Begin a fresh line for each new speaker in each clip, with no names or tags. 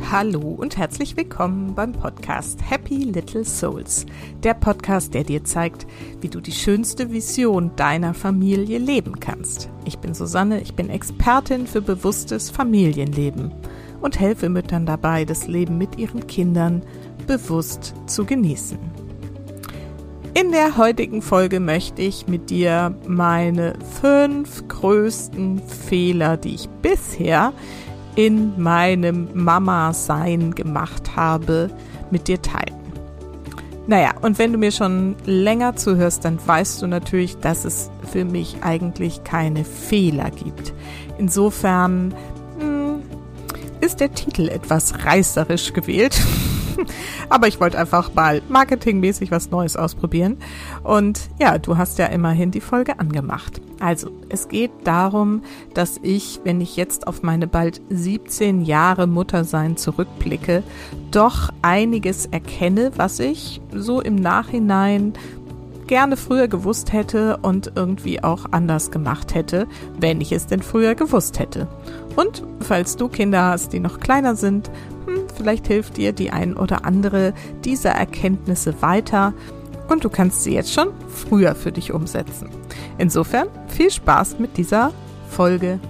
Hallo und herzlich willkommen beim Podcast Happy Little Souls. Der Podcast, der dir zeigt, wie du die schönste Vision deiner Familie leben kannst. Ich bin Susanne, ich bin Expertin für bewusstes Familienleben und helfe Müttern dabei, das Leben mit ihren Kindern bewusst zu genießen. In der heutigen Folge möchte ich mit dir meine 5 größten Fehler, die ich bisher in meinem Mama-Sein gemacht habe, mit dir teilen. Naja, und wenn du mir schon länger zuhörst, dann weißt du natürlich, dass es für mich eigentlich keine Fehler gibt. Insofern ist der Titel etwas reißerisch gewählt. Aber ich wollte einfach mal marketingmäßig was Neues ausprobieren. Und ja, du hast ja immerhin die Folge angemacht. Also, es geht darum, dass ich, wenn ich jetzt auf meine bald 17 Jahre Muttersein zurückblicke, doch einiges erkenne, was ich so im Nachhinein gerne früher gewusst hätte und irgendwie auch anders gemacht hätte, wenn ich es denn früher gewusst hätte. Und falls du Kinder hast, die noch kleiner sind, vielleicht hilft dir die ein oder andere dieser Erkenntnisse weiter und du kannst sie jetzt schon früher für dich umsetzen. Insofern viel Spaß mit dieser Folge.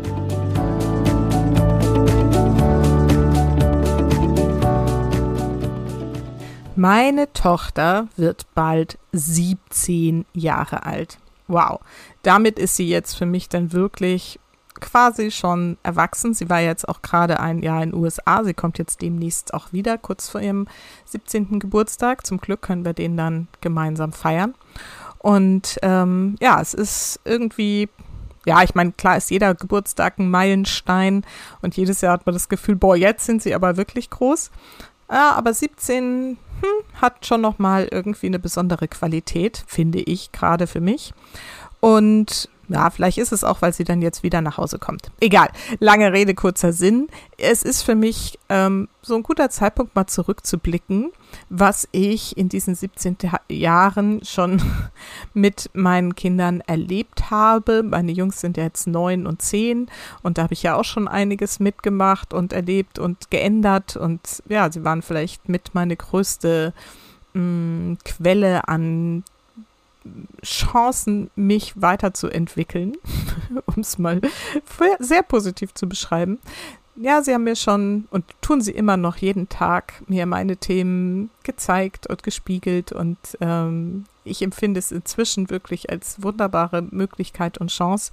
Meine Tochter wird bald 17 Jahre alt. Wow, damit ist sie jetzt für mich dann wirklich quasi schon erwachsen. Sie war jetzt auch gerade ein Jahr in den USA. Sie kommt jetzt demnächst auch wieder, kurz vor ihrem 17. Geburtstag. Zum Glück können wir den dann gemeinsam feiern. Und es ist irgendwie, ich meine, klar ist jeder Geburtstag ein Meilenstein und jedes Jahr hat man das Gefühl, jetzt sind sie aber wirklich groß. Ja, aber 17 hat schon nochmal irgendwie eine besondere Qualität, finde ich, gerade für mich. Und ja, vielleicht ist es auch, weil sie dann jetzt wieder nach Hause kommt. Egal, lange Rede, kurzer Sinn. Es ist für mich so ein guter Zeitpunkt, mal zurückzublicken, was ich in diesen 17 Jahren schon mit meinen Kindern erlebt habe. Meine Jungs sind ja jetzt 9 und 10 und da habe ich ja auch schon einiges mitgemacht und erlebt und geändert. Und ja, sie waren vielleicht mit meine größte Quelle an Chancen, mich weiterzuentwickeln, um es mal sehr positiv zu beschreiben. Ja, sie haben mir schon und tun sie immer noch jeden Tag mir meine Themen gezeigt und gespiegelt und ich empfinde es inzwischen wirklich als wunderbare Möglichkeit und Chance.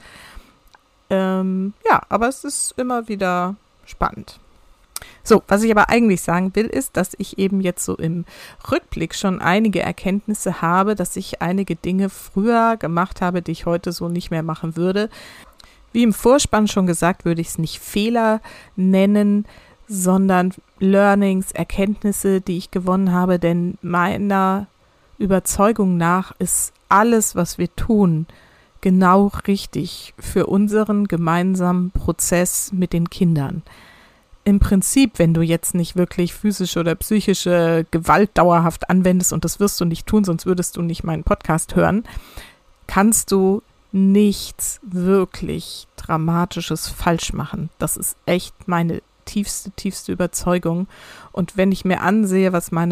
Aber es ist immer wieder spannend. So, was ich aber eigentlich sagen will, ist, dass ich eben jetzt so im Rückblick schon einige Erkenntnisse habe, dass ich einige Dinge früher gemacht habe, die ich heute so nicht mehr machen würde. Wie im Vorspann schon gesagt, würde ich es nicht Fehler nennen, sondern Learnings, Erkenntnisse, die ich gewonnen habe, denn meiner Überzeugung nach ist alles, was wir tun, genau richtig für unseren gemeinsamen Prozess mit den Kindern. Im Prinzip, wenn du jetzt nicht wirklich physische oder psychische Gewalt dauerhaft anwendest, und das wirst du nicht tun, sonst würdest du nicht meinen Podcast hören, kannst du nichts wirklich Dramatisches falsch machen. Das ist echt meine tiefste Überzeugung. Und wenn ich mir ansehe,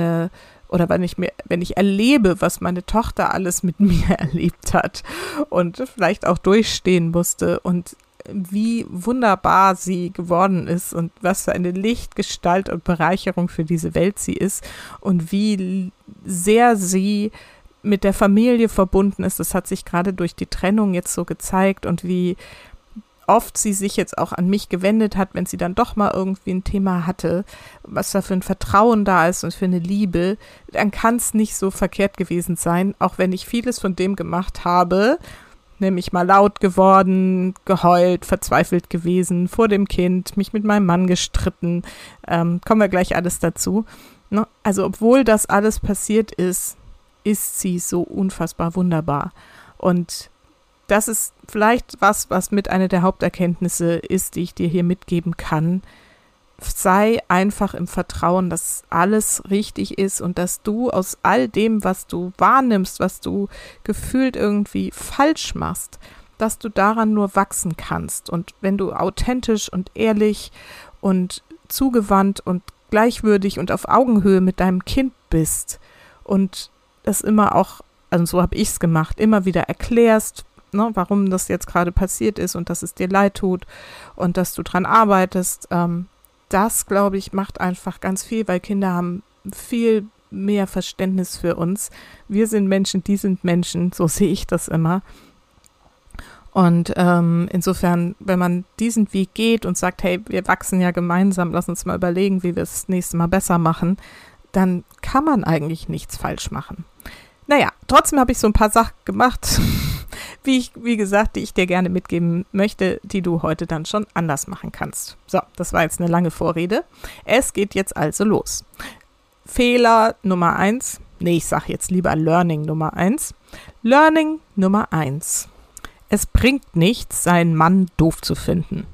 wenn ich erlebe, was meine Tochter alles mit mir erlebt hat und vielleicht auch durchstehen musste und wie wunderbar sie geworden ist und was für eine Lichtgestalt und Bereicherung für diese Welt sie ist und wie sehr sie mit der Familie verbunden ist. Das hat sich gerade durch die Trennung jetzt so gezeigt und wie oft sie sich jetzt auch an mich gewendet hat, wenn sie dann doch mal irgendwie ein Thema hatte, was da für ein Vertrauen da ist und für eine Liebe, dann kann es nicht so verkehrt gewesen sein, auch wenn ich vieles von dem gemacht habe, nämlich mal laut geworden, geheult, verzweifelt gewesen vor dem Kind, mich mit meinem Mann gestritten, kommen wir gleich alles dazu. Ne? Also obwohl das alles passiert ist sie so unfassbar wunderbar. Und das ist vielleicht was mit einer der Haupterkenntnisse ist, die ich dir hier mitgeben kann. Sei einfach im Vertrauen, dass alles richtig ist und dass du aus all dem, was du wahrnimmst, was du gefühlt irgendwie falsch machst, dass du daran nur wachsen kannst. Und wenn du authentisch und ehrlich und zugewandt und gleichwürdig und auf Augenhöhe mit deinem Kind bist und das immer auch, also so habe ich es gemacht, immer wieder erklärst, ne, warum das jetzt gerade passiert ist und dass es dir leid tut und dass du dran arbeitest, das, glaube ich, macht einfach ganz viel, weil Kinder haben viel mehr Verständnis für uns. Wir sind Menschen, die sind Menschen, so sehe ich das immer. Und insofern, wenn man diesen Weg geht und sagt, hey, wir wachsen ja gemeinsam, lass uns mal überlegen, wie wir es das nächste Mal besser machen, dann kann man eigentlich nichts falsch machen. Naja, trotzdem habe ich so ein paar Sachen gemacht, wie gesagt, die ich dir gerne mitgeben möchte, die du heute dann schon anders machen kannst. So, das war jetzt eine lange Vorrede. Es geht jetzt also los. Fehler Nummer 1. Nee, ich sage jetzt lieber Learning Nummer 1. Learning Nummer 1. Es bringt nichts, seinen Mann doof zu finden.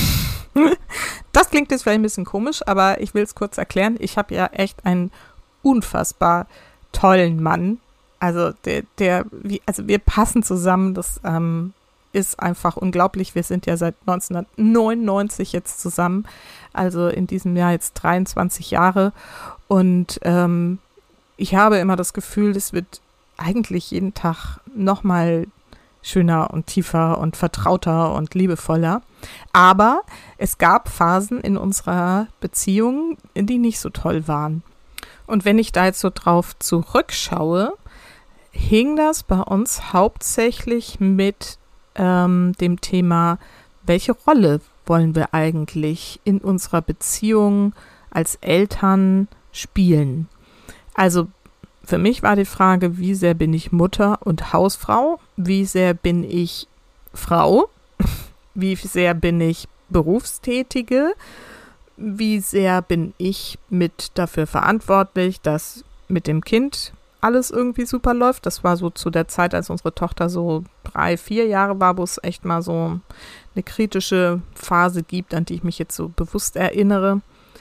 Das klingt jetzt vielleicht ein bisschen komisch, aber ich will es kurz erklären. Ich habe ja echt einen unfassbar tollen Mann. Also wir passen zusammen, das ist einfach unglaublich. Wir sind ja seit 1999 jetzt zusammen, also in diesem Jahr jetzt 23 Jahre und ich habe immer das Gefühl, es wird eigentlich jeden Tag nochmal schöner und tiefer und vertrauter und liebevoller. Aber es gab Phasen in unserer Beziehung, die nicht so toll waren. Und wenn ich da jetzt so drauf zurückschaue, hing das bei uns hauptsächlich mit dem Thema, welche Rolle wollen wir eigentlich in unserer Beziehung als Eltern spielen? Also für mich war die Frage, wie sehr bin ich Mutter und Hausfrau? Wie sehr bin ich Frau? Wie sehr bin ich Berufstätige? Wie sehr bin ich mit dafür verantwortlich, dass mit dem Kind alles irgendwie super läuft? Das war so zu der Zeit, als unsere Tochter so 3, 4 Jahre war, wo es echt mal so eine kritische Phase gibt, an die ich mich jetzt so bewusst erinnere.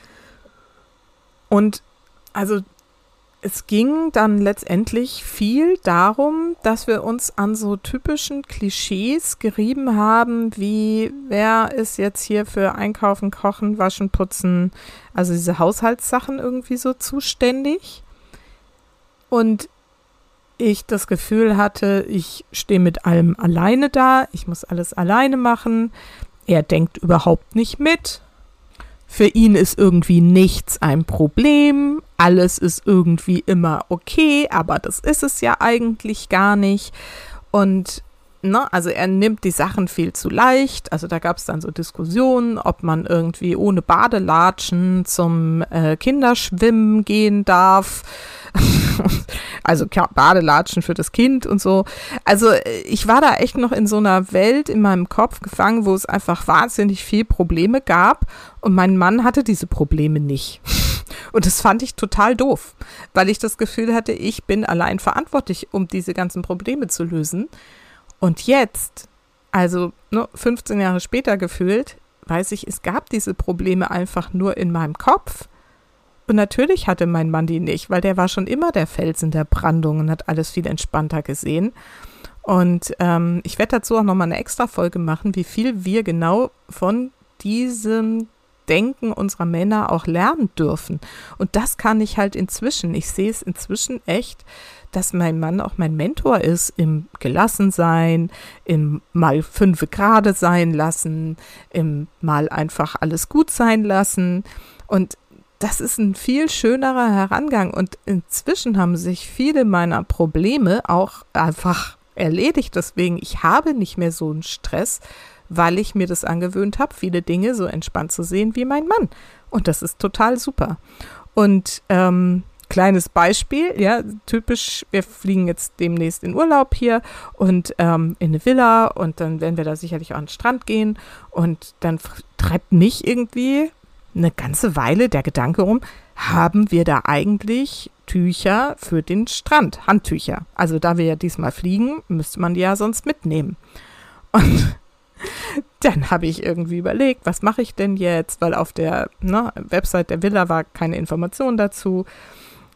Und also es ging dann letztendlich viel darum, dass wir uns an so typischen Klischees gerieben haben, wie wer ist jetzt hier für Einkaufen, Kochen, Waschen, Putzen, also diese Haushaltssachen irgendwie so zuständig. Und ich das Gefühl hatte, ich stehe mit allem alleine da, ich muss alles alleine machen, er denkt überhaupt nicht mit. Für ihn ist irgendwie nichts ein Problem, alles ist irgendwie immer okay, aber das ist es ja eigentlich gar nicht. Und also er nimmt die Sachen viel zu leicht. Also da gab es dann so Diskussionen, ob man irgendwie ohne Badelatschen zum Kinderschwimmen gehen darf. Also Badelatschen für das Kind und so. Also ich war da echt noch in so einer Welt in meinem Kopf gefangen, wo es einfach wahnsinnig viel Probleme gab und mein Mann hatte diese Probleme nicht. Und das fand ich total doof, weil ich das Gefühl hatte, ich bin allein verantwortlich, um diese ganzen Probleme zu lösen. Und jetzt, also 15 Jahre später gefühlt, weiß ich, es gab diese Probleme einfach nur in meinem Kopf. Und natürlich hatte mein Mann die nicht, weil der war schon immer der Fels in der Brandung und hat alles viel entspannter gesehen. Und ich werde dazu auch nochmal eine extra Folge machen, wie viel wir genau von diesem Denken unserer Männer auch lernen dürfen. Und das kann ich halt inzwischen. Ich sehe es inzwischen echt, dass mein Mann auch mein Mentor ist im Gelassensein, im mal 5 Grade sein lassen, im mal einfach alles gut sein lassen. Und das ist ein viel schönerer Herangang. Und inzwischen haben sich viele meiner Probleme auch einfach erledigt. Deswegen, ich habe nicht mehr so einen Stress, weil ich mir das angewöhnt habe, viele Dinge so entspannt zu sehen wie mein Mann. Und das ist total super. Und kleines Beispiel, ja, typisch, wir fliegen jetzt demnächst in Urlaub hier und in eine Villa und dann werden wir da sicherlich auch an den Strand gehen und dann treibt mich irgendwie eine ganze Weile der Gedanke rum, haben wir da eigentlich Tücher für den Strand, Handtücher? Also da wir ja diesmal fliegen, müsste man die ja sonst mitnehmen. Und dann habe ich irgendwie überlegt, was mache ich denn jetzt, weil auf der Website der Villa war keine Information dazu.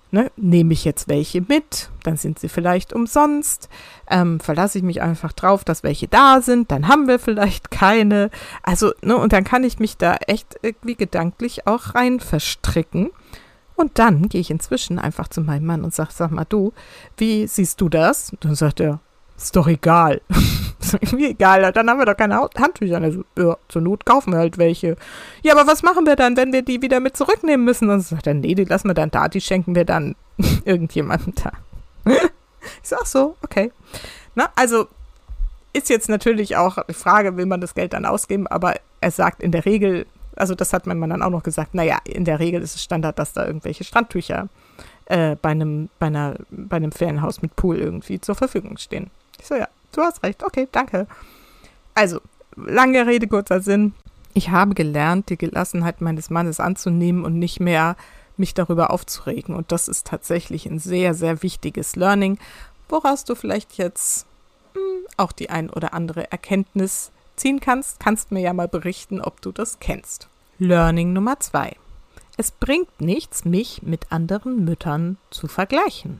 Ne, nehme ich jetzt welche mit, dann sind sie vielleicht umsonst. Verlasse ich mich einfach drauf, dass welche da sind, dann haben wir vielleicht keine. Also, ne, und dann kann ich mich da echt irgendwie gedanklich auch rein verstricken. Und dann gehe ich inzwischen einfach zu meinem Mann und sag mal du, wie siehst du das? Und dann sagt er, ist doch egal. Ist mir egal, dann haben wir doch keine Handtücher. Also, ja, zur Not kaufen wir halt welche. Ja, aber was machen wir dann, wenn wir die wieder mit zurücknehmen müssen? Und dann sagt er, nee, die lassen wir dann da, die schenken wir dann irgendjemandem da. Ich sag so, okay. Na, also ist jetzt natürlich auch die Frage, will man das Geld dann ausgeben, aber er sagt in der Regel, also das hat mein Mann dann auch noch gesagt, naja, in der Regel ist es Standard, dass da irgendwelche Strandtücher bei einem Ferienhaus mit Pool irgendwie zur Verfügung stehen. Ich so, ja, du hast recht, okay, danke. Also, lange Rede, kurzer Sinn. Ich habe gelernt, die Gelassenheit meines Mannes anzunehmen und nicht mehr mich darüber aufzuregen. Und das ist tatsächlich ein sehr, sehr wichtiges Learning, woraus du vielleicht jetzt auch die ein oder andere Erkenntnis ziehen kannst. Kannst mir ja mal berichten, ob du das kennst. Learning Nummer 2. Es bringt nichts, mich mit anderen Müttern zu vergleichen.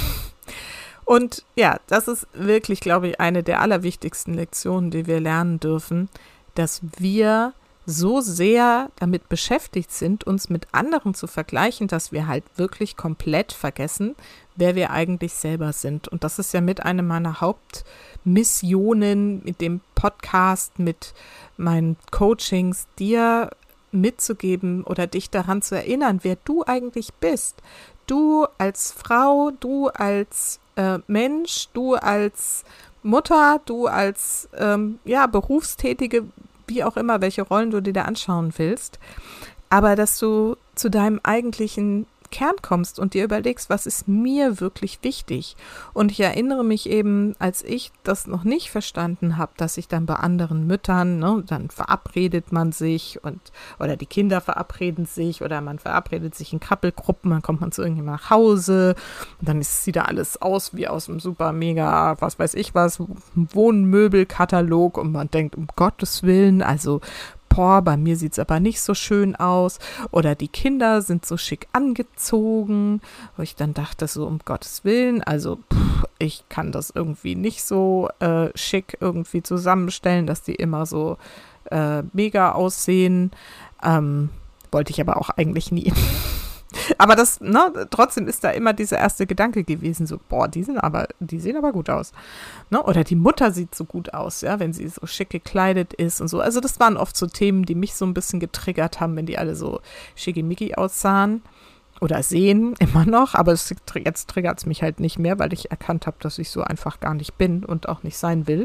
Und ja, das ist wirklich, glaube ich, eine der allerwichtigsten Lektionen, die wir lernen dürfen, dass wir so sehr damit beschäftigt sind, uns mit anderen zu vergleichen, dass wir halt wirklich komplett vergessen, wer wir eigentlich selber sind. Und das ist ja mit einer meiner Hauptmissionen mit dem Podcast, mit meinen Coachings, dir mitzugeben oder dich daran zu erinnern, wer du eigentlich bist. Du als Frau, du als Mensch, du als Mutter, du als Berufstätige, wie auch immer, welche Rollen du dir da anschauen willst, aber dass du zu deinem eigentlichen Kern kommst und dir überlegst, was ist mir wirklich wichtig. Und ich erinnere mich eben, als ich das noch nicht verstanden habe, dass ich dann bei anderen Müttern, ne, dann verabredet man sich oder die Kinder verabreden sich oder man verabredet sich in Krabbelgruppen, dann kommt man zu irgendjemandem nach Hause und dann sieht da alles aus wie aus einem super mega, was weiß ich was, Wohnmöbelkatalog und man denkt, um Gottes Willen, also bei mir sieht es aber nicht so schön aus. Oder die Kinder sind so schick angezogen. Wo ich dann dachte so, um Gottes Willen, also ich kann das irgendwie nicht so schick irgendwie zusammenstellen, dass die immer so mega aussehen. Wollte ich aber auch eigentlich nie. Aber das, ne, trotzdem ist da immer dieser erste Gedanke gewesen, so, die sehen aber gut aus. Ne? Oder die Mutter sieht so gut aus, ja, wenn sie so schick gekleidet ist und so. Also das waren oft so Themen, die mich so ein bisschen getriggert haben, wenn die alle so schickimicki aussahen oder sehen, immer noch. Aber jetzt triggert es mich halt nicht mehr, weil ich erkannt habe, dass ich so einfach gar nicht bin und auch nicht sein will.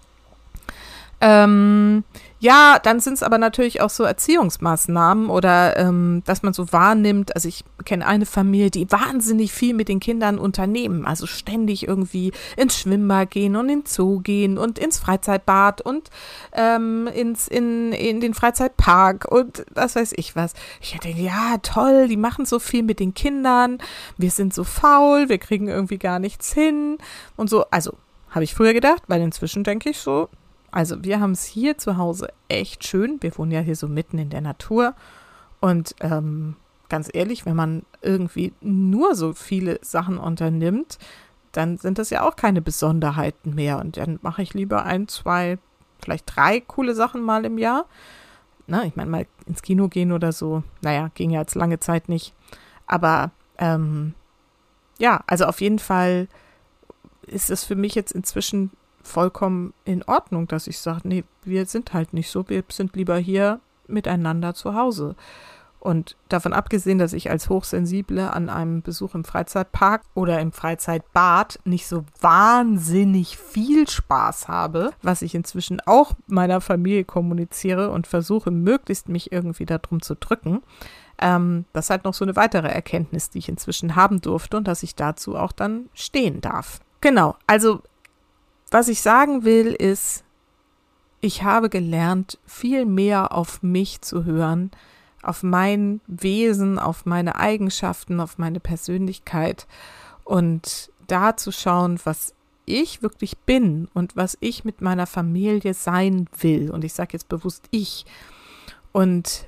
Ja, dann sind es aber natürlich auch so Erziehungsmaßnahmen oder dass man so wahrnimmt, also ich kenne eine Familie, die wahnsinnig viel mit den Kindern unternehmen, also ständig irgendwie ins Schwimmbad gehen und in den Zoo gehen und ins Freizeitbad und in den Freizeitpark und was weiß ich was. Ich denke, ja toll, die machen so viel mit den Kindern, wir sind so faul, wir kriegen irgendwie gar nichts hin und so, also habe ich früher gedacht, weil inzwischen denke ich so, also wir haben es hier zu Hause echt schön. Wir wohnen ja hier so mitten in der Natur. Und ganz ehrlich, wenn man irgendwie nur so viele Sachen unternimmt, dann sind das ja auch keine Besonderheiten mehr. Und dann mache ich lieber 1, 2, vielleicht 3 coole Sachen mal im Jahr. Na, ich meine, mal ins Kino gehen oder so. Naja, ging ja jetzt lange Zeit nicht. Aber ja, also auf jeden Fall ist es für mich jetzt inzwischen vollkommen in Ordnung, dass ich sage, nee, wir sind halt nicht so, wir sind lieber hier miteinander zu Hause. Und davon abgesehen, dass ich als Hochsensible an einem Besuch im Freizeitpark oder im Freizeitbad nicht so wahnsinnig viel Spaß habe, was ich inzwischen auch meiner Familie kommuniziere und versuche, möglichst mich irgendwie darum zu drücken, das ist halt noch so eine weitere Erkenntnis, die ich inzwischen haben durfte und dass ich dazu auch dann stehen darf. Genau, also was ich sagen will, ist, ich habe gelernt, viel mehr auf mich zu hören, auf mein Wesen, auf meine Eigenschaften, auf meine Persönlichkeit und da zu schauen, was ich wirklich bin und was ich mit meiner Familie sein will. Und ich sage jetzt bewusst ich. Und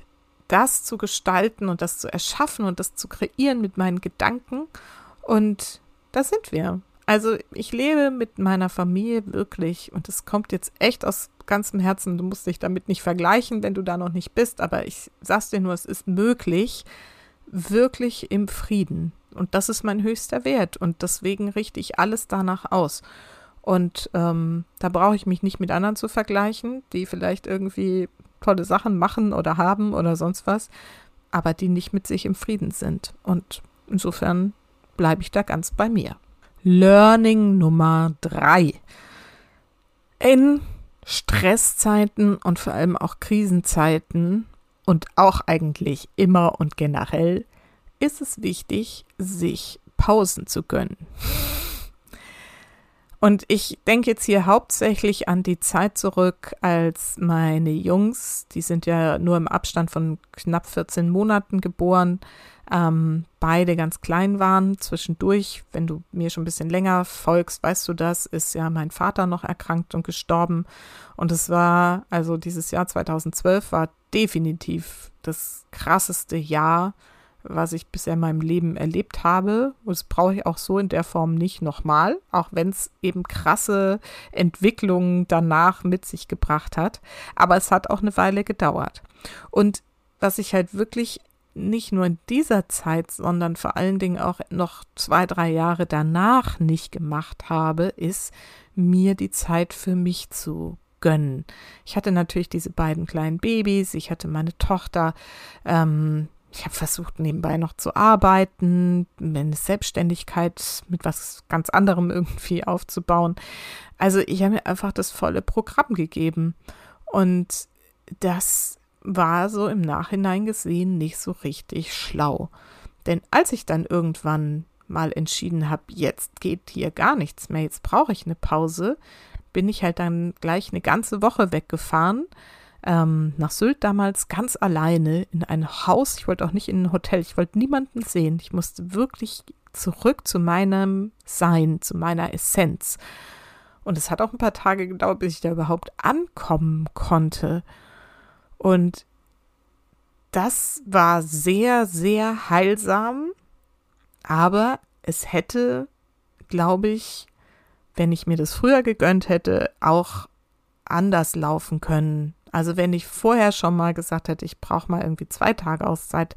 das zu gestalten und das zu erschaffen und das zu kreieren mit meinen Gedanken. Und da sind wir. Also ich lebe mit meiner Familie wirklich, und es kommt jetzt echt aus ganzem Herzen, du musst dich damit nicht vergleichen, wenn du da noch nicht bist, aber ich sag's dir nur, es ist möglich, wirklich im Frieden. Und das ist mein höchster Wert und deswegen richte ich alles danach aus. Und da brauche ich mich nicht mit anderen zu vergleichen, die vielleicht irgendwie tolle Sachen machen oder haben oder sonst was, aber die nicht mit sich im Frieden sind. Und insofern bleibe ich da ganz bei mir. Learning Nummer 3. In Stresszeiten und vor allem auch Krisenzeiten und auch eigentlich immer und generell ist es wichtig, sich Pausen zu gönnen. Und ich denke jetzt hier hauptsächlich an die Zeit zurück, als meine Jungs, die sind ja nur im Abstand von knapp 14 Monaten geboren, beide ganz klein waren. Zwischendurch, wenn du mir schon ein bisschen länger folgst, weißt du das, ist ja mein Vater noch erkrankt und gestorben. Und es war, also dieses Jahr 2012 war definitiv das krasseste Jahr, was ich bisher in meinem Leben erlebt habe. Und das brauche ich auch so in der Form nicht nochmal, auch wenn es eben krasse Entwicklungen danach mit sich gebracht hat. Aber es hat auch eine Weile gedauert. Und was ich halt wirklich nicht nur in dieser Zeit, sondern vor allen Dingen auch noch 2, 3 Jahre danach nicht gemacht habe, ist, mir die Zeit für mich zu gönnen. Ich hatte natürlich diese beiden kleinen Babys, ich hatte meine Tochter, ich habe versucht, nebenbei noch zu arbeiten, meine Selbstständigkeit mit was ganz anderem irgendwie aufzubauen. Also ich habe mir einfach das volle Programm gegeben. Und das war so im Nachhinein gesehen nicht so richtig schlau. Denn als ich dann irgendwann mal entschieden habe, jetzt geht hier gar nichts mehr, jetzt brauche ich eine Pause, bin ich halt dann gleich eine ganze Woche weggefahren, nach Sylt damals ganz alleine in ein Haus. Ich wollte auch nicht in ein Hotel, ich wollte niemanden sehen. Ich musste wirklich zurück zu meinem Sein, zu meiner Essenz. Und es hat auch ein paar Tage gedauert, bis ich da überhaupt ankommen konnte. Und das war sehr, sehr heilsam, aber es hätte, glaube ich, wenn ich mir das früher gegönnt hätte, auch anders laufen können. Also wenn ich vorher schon mal gesagt hätte, ich brauche mal irgendwie 2 Tage Auszeit,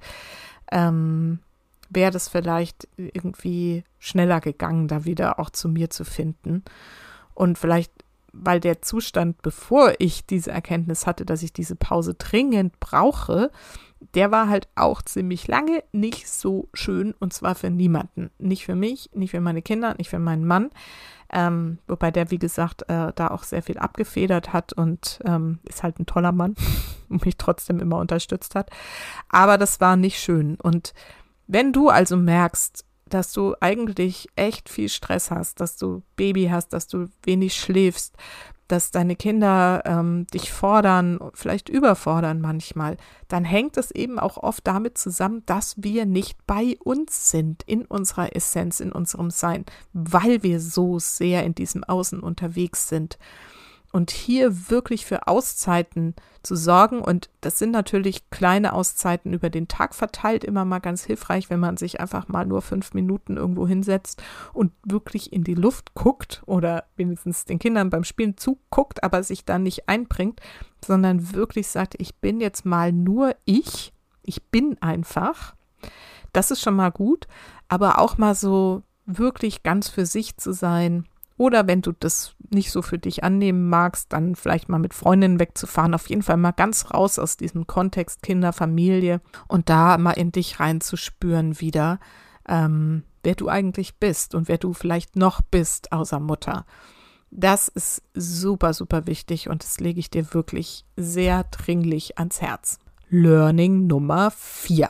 wäre das vielleicht irgendwie schneller gegangen, da wieder auch zu mir zu finden. Und vielleicht, weil der Zustand, bevor ich diese Erkenntnis hatte, dass ich diese Pause dringend brauche, der war halt auch ziemlich lange nicht so schön, und zwar für niemanden. Nicht für mich, nicht für meine Kinder, nicht für meinen Mann. Wobei der, wie gesagt, da auch sehr viel abgefedert hat und ist halt ein toller Mann und mich trotzdem immer unterstützt hat. Aber das war nicht schön. Und wenn du also merkst, dass du eigentlich echt viel Stress hast, dass du Baby hast, dass du wenig schläfst, dass deine Kinder dich fordern, vielleicht überfordern manchmal, dann hängt es eben auch oft damit zusammen, dass wir nicht bei uns sind, in unserer Essenz, in unserem Sein, weil wir so sehr in diesem Außen unterwegs sind. Und hier wirklich für Auszeiten zu sorgen, und das sind natürlich kleine Auszeiten über den Tag verteilt, immer mal ganz hilfreich, wenn man sich einfach mal nur 5 Minuten irgendwo hinsetzt und wirklich in die Luft guckt oder wenigstens den Kindern beim Spielen zuguckt, aber sich dann nicht einbringt, sondern wirklich sagt, ich bin jetzt mal nur ich bin einfach. Das ist schon mal gut, aber auch mal so wirklich ganz für sich zu sein. Oder wenn du das nicht so für dich annehmen magst, dann vielleicht mal mit Freundinnen wegzufahren. Auf jeden Fall mal ganz raus aus diesem Kontext Kinder, Familie und da mal in dich reinzuspüren wieder, wer du eigentlich bist und wer du vielleicht noch bist außer Mutter. Das ist super, super wichtig und das lege ich dir wirklich sehr dringlich ans Herz. Learning Nummer 4.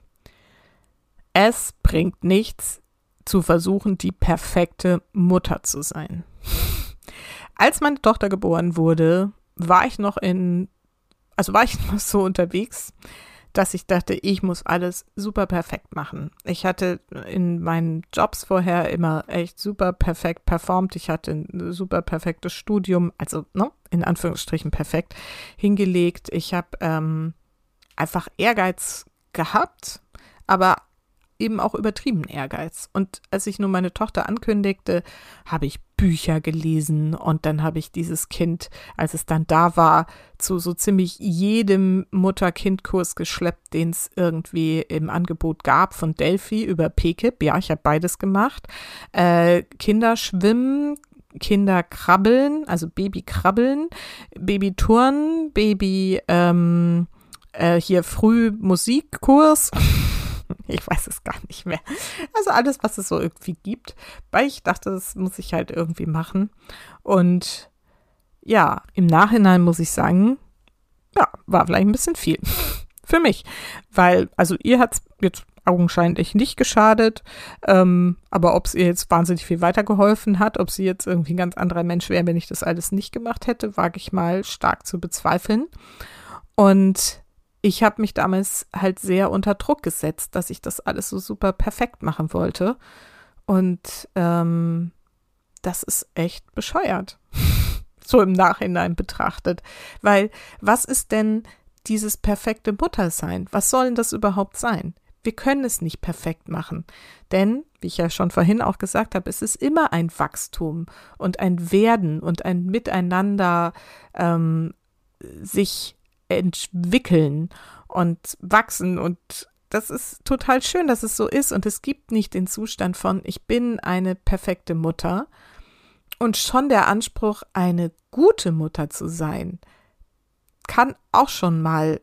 Es bringt nichts, zu versuchen, die perfekte Mutter zu sein. Als meine Tochter geboren wurde, war ich noch so unterwegs, dass ich dachte, ich muss alles super perfekt machen. Ich hatte in meinen Jobs vorher immer echt super perfekt performt. Ich hatte ein super perfektes Studium, also in Anführungsstrichen perfekt, hingelegt. Ich habe einfach Ehrgeiz gehabt, aber eben auch übertrieben Ehrgeiz. Und als ich nun meine Tochter ankündigte, habe ich Bücher gelesen und dann habe ich dieses Kind, als es dann da war, zu so ziemlich jedem Mutter-Kind-Kurs geschleppt, den es irgendwie im Angebot gab, von Delphi über PKIP. Ja, ich habe beides gemacht. Kinder schwimmen, Kinder krabbeln, also Baby-Krabbeln, Baby-Turnen, hier früh Musikkurs. Ich weiß es gar nicht mehr. Also alles, was es so irgendwie gibt. Weil ich dachte, das muss ich halt irgendwie machen. Und ja, im Nachhinein muss ich sagen, ja, war vielleicht ein bisschen viel für mich. Weil, also ihr hat es jetzt augenscheinlich nicht geschadet, aber ob es ihr jetzt wahnsinnig viel weitergeholfen hat, ob sie jetzt irgendwie ein ganz anderer Mensch wäre, wenn ich das alles nicht gemacht hätte, wage ich mal stark zu bezweifeln. Und ich habe mich damals halt sehr unter Druck gesetzt, dass ich das alles so super perfekt machen wollte. Und das ist echt bescheuert, so im Nachhinein betrachtet. Weil was ist denn dieses perfekte Muttersein? Was soll denn das überhaupt sein? Wir können es nicht perfekt machen, denn, wie ich ja schon vorhin auch gesagt habe, es ist immer ein Wachstum und ein Werden und ein Miteinander sich entwickeln und wachsen, und das ist total schön, dass es so ist, und es gibt nicht den Zustand von, ich bin eine perfekte Mutter, und schon der Anspruch, eine gute Mutter zu sein, kann auch schon mal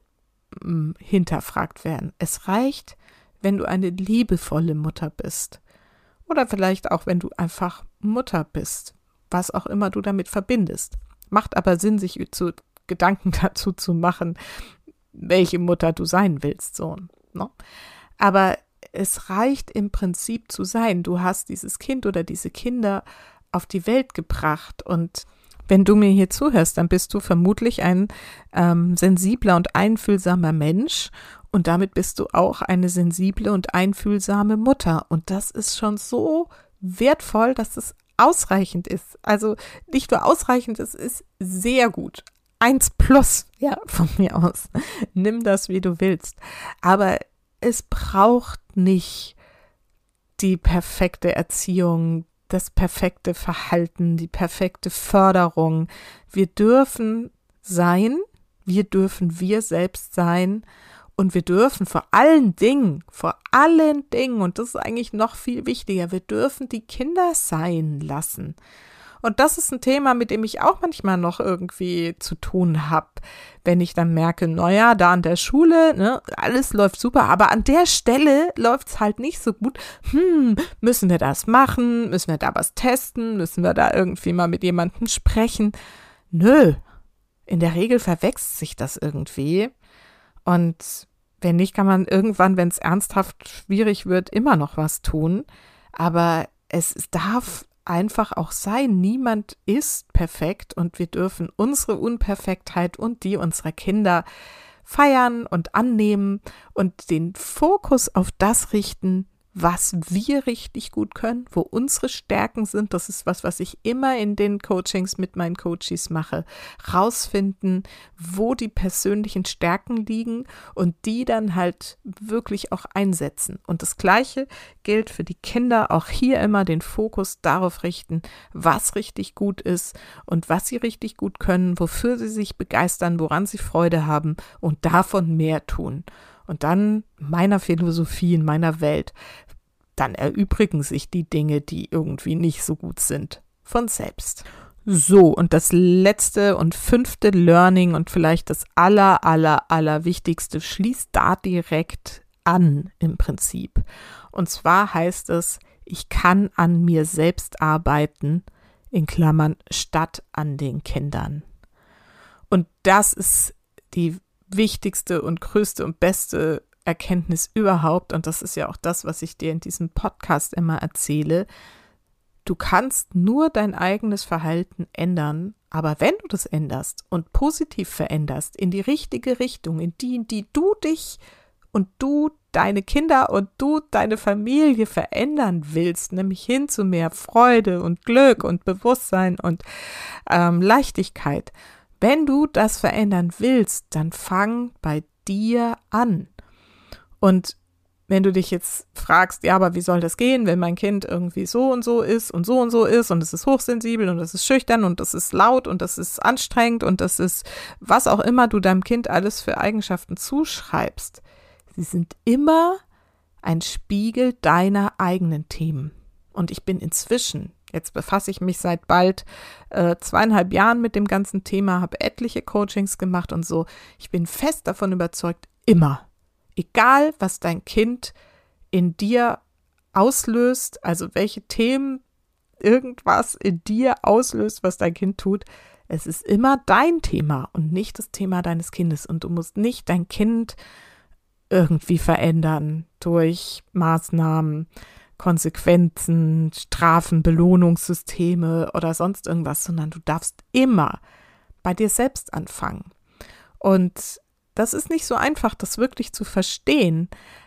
hinterfragt werden. Es reicht, wenn du eine liebevolle Mutter bist oder vielleicht auch, wenn du einfach Mutter bist, was auch immer du damit verbindest. Macht aber Sinn, sich Gedanken dazu zu machen, welche Mutter du sein willst, so, ne? Aber es reicht im Prinzip zu sein. Du hast dieses Kind oder diese Kinder auf die Welt gebracht, und wenn du mir hier zuhörst, dann bist du vermutlich ein sensibler und einfühlsamer Mensch, und damit bist du auch eine sensible und einfühlsame Mutter, und das ist schon so wertvoll, dass es ausreichend ist. Also nicht nur ausreichend, es ist sehr gut. 1+, ja, von mir aus. Nimm das, wie du willst. Aber es braucht nicht die perfekte Erziehung, das perfekte Verhalten, die perfekte Förderung. Wir dürfen sein, wir dürfen wir selbst sein, und wir dürfen vor allen Dingen, und das ist eigentlich noch viel wichtiger, wir dürfen die Kinder sein lassen. Und das ist ein Thema, mit dem ich auch manchmal noch irgendwie zu tun habe, wenn ich dann merke, naja, da an der Schule, ne, alles läuft super, aber an der Stelle läuft es halt nicht so gut. Müssen wir das machen? Müssen wir da was testen? Müssen wir da irgendwie mal mit jemandem sprechen? Nö, in der Regel verwechselt sich das irgendwie. Und wenn nicht, kann man irgendwann, wenn es ernsthaft schwierig wird, immer noch was tun. Aber es darf einfach auch sein, niemand ist perfekt, und wir dürfen unsere Unperfektheit und die unserer Kinder feiern und annehmen und den Fokus auf das richten, was wir richtig gut können, wo unsere Stärken sind. Das ist was ich immer in den Coachings mit meinen Coaches mache. Rausfinden, wo die persönlichen Stärken liegen und die dann halt wirklich auch einsetzen. Und das Gleiche gilt für die Kinder. Auch hier immer den Fokus darauf richten, was richtig gut ist und was sie richtig gut können, wofür sie sich begeistern, woran sie Freude haben, und davon mehr tun. Und dann meiner Philosophie, in meiner Welt, dann erübrigen sich die Dinge, die irgendwie nicht so gut sind, von selbst. So, und das letzte und 5. Learning und vielleicht das allerwichtigste schließt da direkt an im Prinzip. Und zwar heißt es, ich kann an mir selbst arbeiten, in Klammern, statt an den Kindern. Und das ist die wichtigste und größte und beste Erkenntnis überhaupt, und das ist ja auch das, was ich dir in diesem Podcast immer erzähle. Du kannst nur dein eigenes Verhalten ändern, aber wenn du das änderst und positiv veränderst, in die richtige Richtung, in die du dich und du deine Kinder und du deine Familie verändern willst, nämlich hin zu mehr Freude und Glück und Bewusstsein und Leichtigkeit. Wenn du das verändern willst, dann fang bei dir an. Und wenn du dich jetzt fragst, ja, aber wie soll das gehen, wenn mein Kind irgendwie so und so ist und so ist und es ist hochsensibel und es ist schüchtern und es ist laut und es ist anstrengend und das ist, was auch immer du deinem Kind alles für Eigenschaften zuschreibst, sie sind immer ein Spiegel deiner eigenen Themen. Und ich bin inzwischen, jetzt befasse ich mich seit bald 2,5 Jahren mit dem ganzen Thema, habe etliche Coachings gemacht und so. Ich bin fest davon überzeugt, immer. Egal, was dein Kind in dir auslöst, also welche Themen irgendwas in dir auslöst, was dein Kind tut, es ist immer dein Thema und nicht das Thema deines Kindes. Und du musst nicht dein Kind irgendwie verändern durch Maßnahmen, Konsequenzen, Strafen, Belohnungssysteme oder sonst irgendwas, sondern du darfst immer bei dir selbst anfangen. Und das ist nicht so einfach, das wirklich zu verstehen,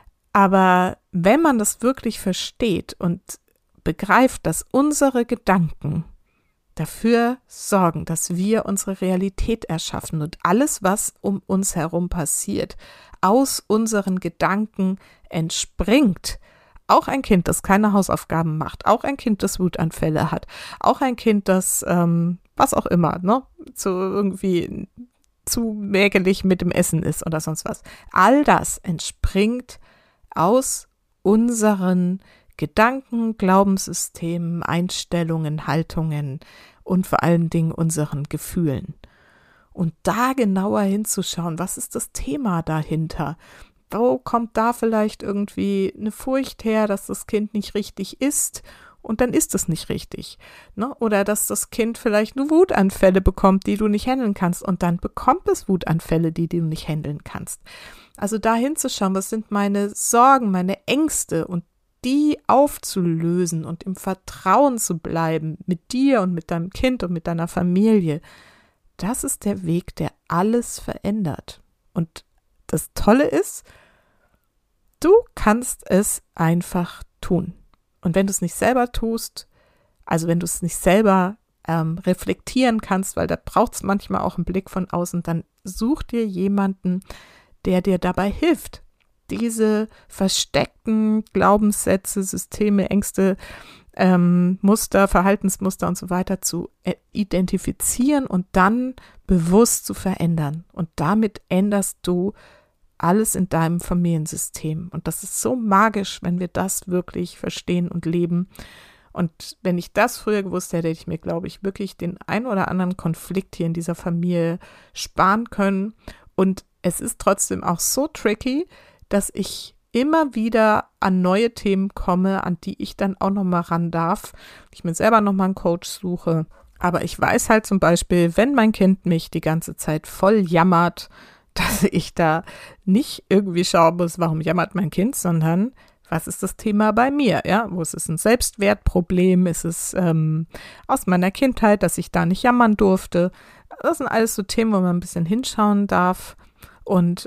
aber wenn man das wirklich versteht und begreift, dass unsere Gedanken dafür sorgen, dass wir unsere Realität erschaffen und alles, was um uns herum passiert, aus unseren Gedanken entspringt. Auch ein Kind, das keine Hausaufgaben macht, auch ein Kind, das Wutanfälle hat, auch ein Kind, das was auch immer, irgendwie zu mäkelig mit dem Essen ist oder sonst was. All das entspringt aus unseren Gedanken, Glaubenssystemen, Einstellungen, Haltungen und vor allen Dingen unseren Gefühlen. Und da genauer hinzuschauen, was ist das Thema dahinter? Wo kommt da vielleicht irgendwie eine Furcht her, dass das Kind nicht richtig isst? Und dann ist es nicht richtig. Ne? Oder dass das Kind vielleicht nur Wutanfälle bekommt, die du nicht handeln kannst. Und dann bekommt es Wutanfälle, die du nicht handeln kannst. Also da hinzuschauen, was sind meine Sorgen, meine Ängste und die aufzulösen und im Vertrauen zu bleiben mit dir und mit deinem Kind und mit deiner Familie. Das ist der Weg, der alles verändert. Und das Tolle ist, du kannst es einfach tun. Und wenn du es nicht selber tust, also wenn du es nicht selber reflektieren kannst, weil da braucht es manchmal auch einen Blick von außen, dann such dir jemanden, der dir dabei hilft, diese versteckten Glaubenssätze, Systeme, Ängste, Muster, Verhaltensmuster und so weiter zu identifizieren und dann bewusst zu verändern. Und damit änderst du alles in deinem Familiensystem. Und das ist so magisch, wenn wir das wirklich verstehen und leben. Und wenn ich das früher gewusst hätte, hätte ich mir, glaube ich, wirklich den ein oder anderen Konflikt hier in dieser Familie sparen können. Und es ist trotzdem auch so tricky, dass ich immer wieder an neue Themen komme, an die ich dann auch nochmal ran darf. Ich mir selber nochmal einen Coach suche. Aber ich weiß halt zum Beispiel, wenn mein Kind mich die ganze Zeit voll jammert, dass ich da nicht irgendwie schauen muss, warum jammert mein Kind, sondern was ist das Thema bei mir? Ja, wo ist es ein Selbstwertproblem? Ist es aus meiner Kindheit, dass ich da nicht jammern durfte? Das sind alles so Themen, wo man ein bisschen hinschauen darf und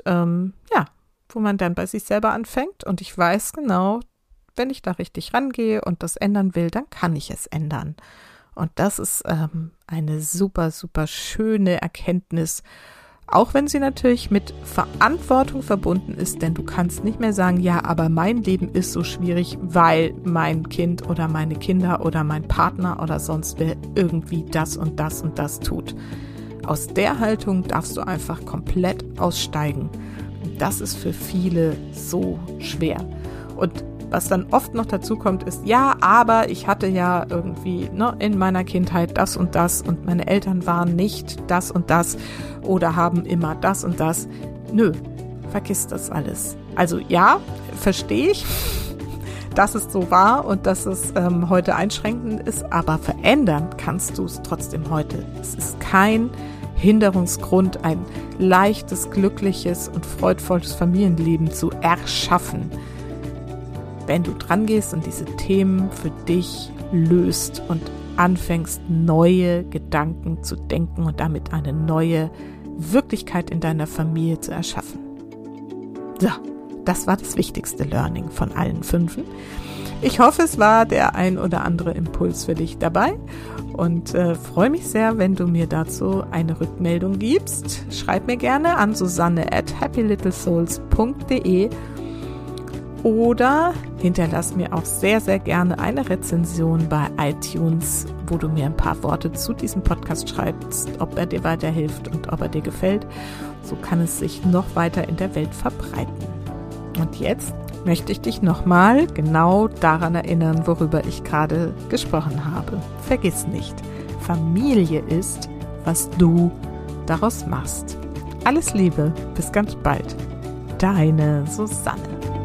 wo man dann bei sich selber anfängt. Und ich weiß genau, wenn ich da richtig rangehe und das ändern will, dann kann ich es ändern. Und das ist eine super, super schöne Erkenntnis, auch wenn sie natürlich mit Verantwortung verbunden ist, denn du kannst nicht mehr sagen, ja, aber mein Leben ist so schwierig, weil mein Kind oder meine Kinder oder mein Partner oder sonst wer irgendwie das und das und das tut. Aus der Haltung darfst du einfach komplett aussteigen. Und das ist für viele so schwer. Und was dann oft noch dazu kommt, ist, ja, aber ich hatte ja irgendwie in meiner Kindheit das und meine Eltern waren nicht das und das oder haben immer das und das. Nö, vergiss das alles. Also ja, verstehe ich, dass es so war und dass es heute einschränkend ist, aber verändern kannst du es trotzdem heute. Es ist kein Hinderungsgrund, ein leichtes, glückliches und freudvolles Familienleben zu erschaffen, wenn du dran gehst und diese Themen für dich löst und anfängst, neue Gedanken zu denken und damit eine neue Wirklichkeit in deiner Familie zu erschaffen. So, das war das wichtigste Learning von allen 5. Ich hoffe, es war der ein oder andere Impuls für dich dabei und freue mich sehr, wenn du mir dazu eine Rückmeldung gibst. Schreib mir gerne an susanne@happylittlesouls.de oder hinterlass mir auch sehr, sehr gerne eine Rezension bei iTunes, wo du mir ein paar Worte zu diesem Podcast schreibst, ob er dir weiterhilft und ob er dir gefällt. So kann es sich noch weiter in der Welt verbreiten. Und jetzt möchte ich dich nochmal genau daran erinnern, worüber ich gerade gesprochen habe. Vergiss nicht, Familie ist, was du daraus machst. Alles Liebe, bis ganz bald. Deine Susanne.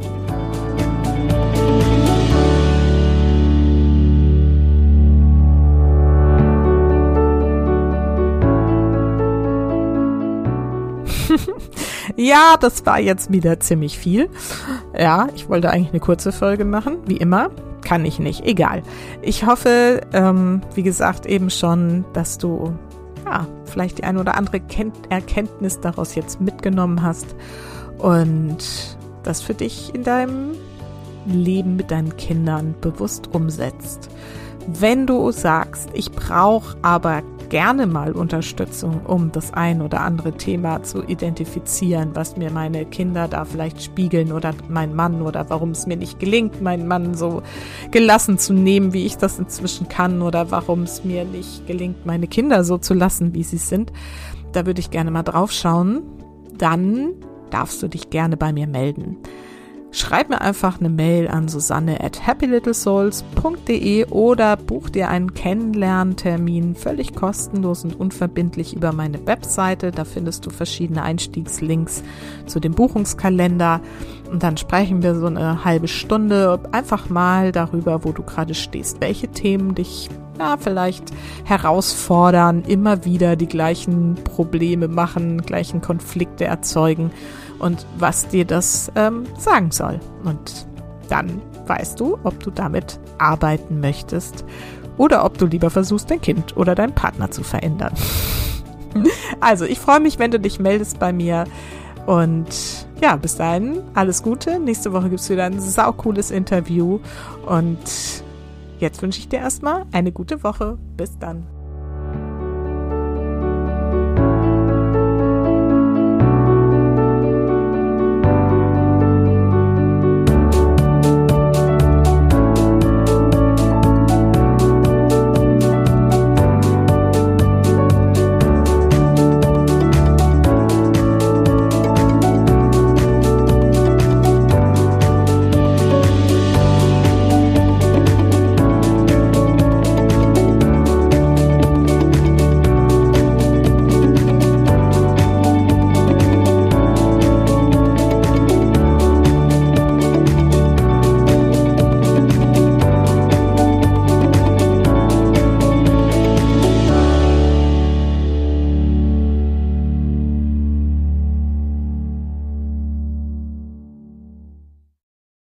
Ja, das war jetzt wieder ziemlich viel. Ja, ich wollte eigentlich eine kurze Folge machen, wie immer. Kann ich nicht, egal. Ich hoffe, wie gesagt, eben schon, dass du vielleicht die eine oder andere Erkenntnis daraus jetzt mitgenommen hast und das für dich in deinem Leben mit deinen Kindern bewusst umsetzt. Wenn du sagst, ich brauche aber gerne mal Unterstützung, um das ein oder andere Thema zu identifizieren, was mir meine Kinder da vielleicht spiegeln oder mein Mann oder warum es mir nicht gelingt, meinen Mann so gelassen zu nehmen, wie ich das inzwischen kann oder warum es mir nicht gelingt, meine Kinder so zu lassen, wie sie sind, da würde ich gerne mal drauf schauen. Dann darfst du dich gerne bei mir melden. Schreib mir einfach eine Mail an susanne@happylittlesouls.de oder buch dir einen Kennenlerntermin völlig kostenlos und unverbindlich über meine Webseite. Da findest du verschiedene Einstiegslinks zu dem Buchungskalender und dann sprechen wir so eine halbe Stunde einfach mal darüber, wo du gerade stehst, welche Themen dich vielleicht herausfordern, immer wieder die gleichen Probleme machen, gleichen Konflikte erzeugen und was dir das sagen soll. Und dann weißt du, ob du damit arbeiten möchtest oder ob du lieber versuchst, dein Kind oder deinen Partner zu verändern. Also, ich freue mich, wenn du dich meldest bei mir und ja, bis dahin, alles Gute. Nächste Woche gibt es wieder ein saucooles Interview und jetzt wünsche ich dir erstmal eine gute Woche. Bis dann.